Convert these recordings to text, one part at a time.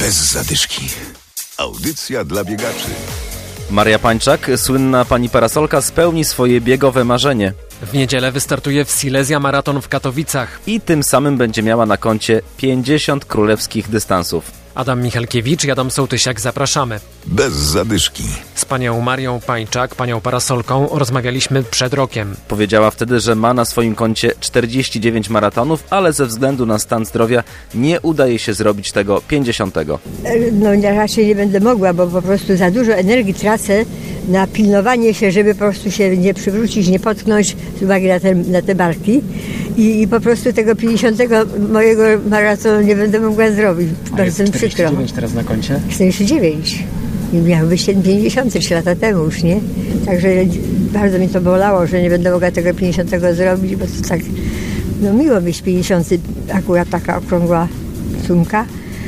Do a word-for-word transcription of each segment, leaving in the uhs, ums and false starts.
Bez zadyszki. Audycja dla biegaczy. Maria Pańczak, słynna pani parasolka, spełni swoje biegowe marzenie. W niedzielę wystartuje w Silesia Maraton w Katowicach. I tym samym będzie miała na koncie pięćdziesiąt królewskich dystansów. Adam Michalkiewicz i Adam Sołtysiak, zapraszamy. Bez zadyszki. Z panią Marią Pańczak, panią parasolką, rozmawialiśmy przed rokiem. Powiedziała wtedy, że ma na swoim koncie czterdzieści dziewięć maratonów, ale ze względu na stan zdrowia nie udaje się zrobić tego pięćdziesiątego. No ja raczej nie będę mogła, bo po prostu za dużo energii tracę na pilnowanie się, żeby po prostu się nie przywrócić, nie potknąć z uwagi na te, na te barki. I, I po prostu tego pięćdziesiątego mojego maratonu nie będę mogła zrobić. Bardzo mi przykro. czterdzieści dziewięć teraz na koncie? czterdzieści dziewięć. I miał być pięćdziesiąt trzy lata temu już, nie? Także bardzo mi to bolało, że nie będę mogła tego pięćdziesiątego zrobić, bo to tak, no miło mieć pięćdziesiąty, akurat taka okrągła sumka.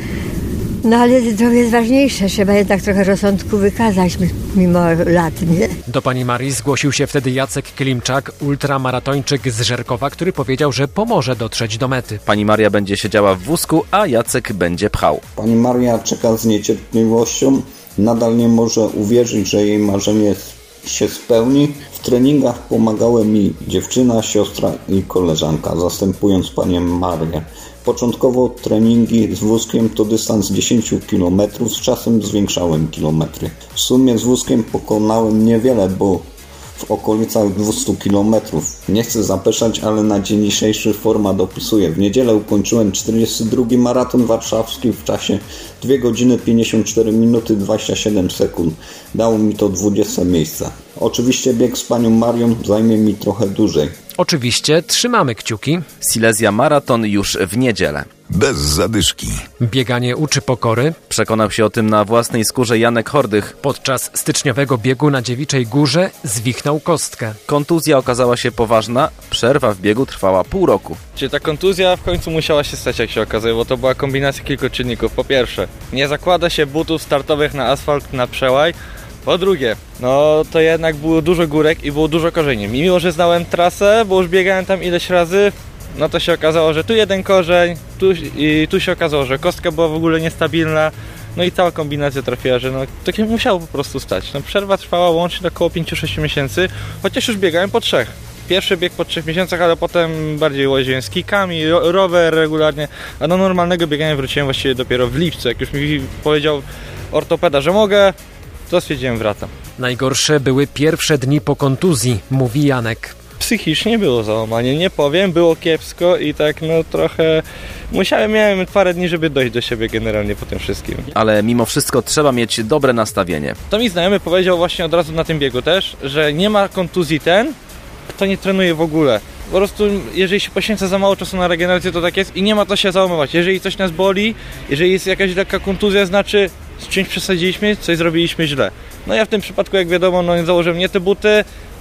No ale zdrowie jest ważniejsze, trzeba jednak trochę rozsądku wykazać mimo lat, nie? Do pani Marii zgłosił się wtedy Jacek Klimczak, ultramaratończyk z Żerkowa, który powiedział, że pomoże dotrzeć do mety. Pani Maria będzie siedziała w wózku, a Jacek będzie pchał. Pani Maria czeka z niecierpliwością, nadal nie może uwierzyć, że jej marzenie się spełni. W treningach pomagały mi dziewczyna, siostra i koleżanka, zastępując panią Marię. Początkowo treningi z wózkiem to dystans dziesięć kilometrów, z czasem zwiększałem kilometry. W sumie z wózkiem pokonałem niewiele, bo w okolicach dwieście kilometrów. Nie chcę zapeszać, ale na dzień dzisiejszy forma dopisuje. W niedzielę ukończyłem czterdziesty drugi maraton warszawski w czasie dwie godziny pięćdziesiąt cztery minuty dwadzieścia siedem sekund. Dało mi to dwudzieste miejsce. Oczywiście bieg z panią Marią zajmie mi trochę dłużej. Oczywiście trzymamy kciuki. Silesia Maraton już w niedzielę. Bez zadyszki. Bieganie uczy pokory. Przekonał się o tym na własnej skórze Janek Hordych. Podczas styczniowego biegu na Dziewiczej Górze zwichnął kostkę. Kontuzja okazała się poważna, przerwa w biegu trwała pół roku. Czyli ta kontuzja w końcu musiała się stać, jak się okazuje, bo to była kombinacja kilku czynników. Po pierwsze, nie zakłada się butów startowych na asfalt, na przełaj. Po drugie, no to jednak było dużo górek i było dużo korzeni. Mimo że znałem trasę, bo już biegałem tam ileś razy, no to się okazało, że tu jeden korzeń, tu, i tu się okazało, że kostka była w ogóle niestabilna. No i cała kombinacja trafiła, że no to się musiało po prostu stać. No przerwa trwała łącznie około pięć do sześciu miesięcy, chociaż już biegałem po trzech. Pierwszy bieg po trzech miesiącach, ale potem bardziej łaziłem z kikami, ro- rower regularnie, a do normalnego biegania wróciłem właściwie dopiero w lipcu. Jak już mi powiedział ortopeda, że mogę, to stwierdziłem, wracam. Najgorsze były pierwsze dni po kontuzji, mówi Janek. Psychicznie było załamanie, nie powiem, było kiepsko i tak no trochę musiałem, miałem parę dni, żeby dojść do siebie generalnie po tym wszystkim. Ale mimo wszystko trzeba mieć dobre nastawienie. To mi znajomy powiedział właśnie od razu na tym biegu też, że nie ma kontuzji ten, kto nie trenuje w ogóle. Po prostu jeżeli się poświęca za mało czasu na regenerację, to tak jest i nie ma to się załamywać. Jeżeli coś nas boli, jeżeli jest jakaś lekka kontuzja, znaczy z czymś przesadziliśmy, coś zrobiliśmy źle. No ja w tym przypadku, jak wiadomo, no założyłem nie te buty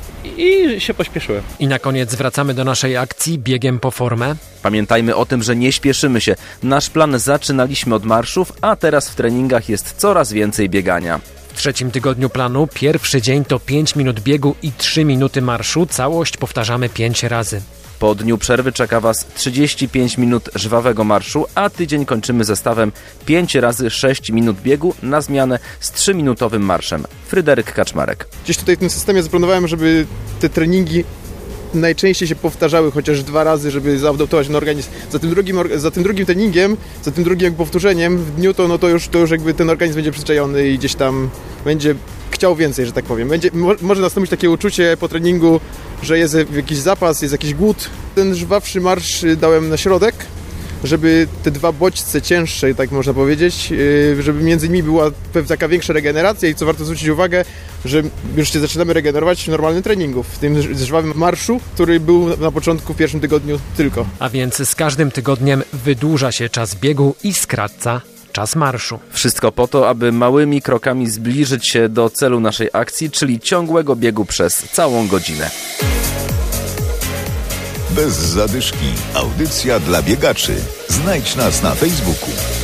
i się pośpieszyłem. I na koniec wracamy do naszej akcji biegiem po formę. Pamiętajmy o tym, że nie śpieszymy się. Nasz plan zaczynaliśmy od marszów, a teraz w treningach jest coraz więcej biegania. W trzecim tygodniu planu pierwszy dzień to pięć minut biegu i trzy minuty marszu. Całość powtarzamy pięć razy. Po dniu przerwy czeka Was trzydzieści pięć minut żwawego marszu, a tydzień kończymy zestawem pięć razy sześć minut biegu na zmianę z trzyminutowym marszem. Fryderyk Kaczmarek. Gdzieś tutaj w tym systemie zaplanowałem, żeby te treningi najczęściej się powtarzały chociaż dwa razy, żeby zaadaptować ten organizm. Za tym drugim, za tym drugim treningiem, za tym drugim powtórzeniem w dniu to, no to, już, to już jakby ten organizm będzie przyzwyczajony i gdzieś tam będzie chciał więcej, że tak powiem. Będzie, może nastąpić takie uczucie po treningu, że jest jakiś zapas, jest jakiś głód. Ten żwawszy marsz dałem na środek, żeby te dwa bodźce cięższe, tak można powiedzieć, żeby między nimi była taka większa regeneracja i co warto zwrócić uwagę, że już się zaczynamy regenerować w normalnym treningu, w tym żwawym marszu, który był na początku w pierwszym tygodniu tylko. A więc z każdym tygodniem wydłuża się czas biegu i skraca czas marszu. Wszystko po to, aby małymi krokami zbliżyć się do celu naszej akcji, czyli ciągłego biegu przez całą godzinę. Bez zadyszki. Audycja dla biegaczy. Znajdź nas na Facebooku.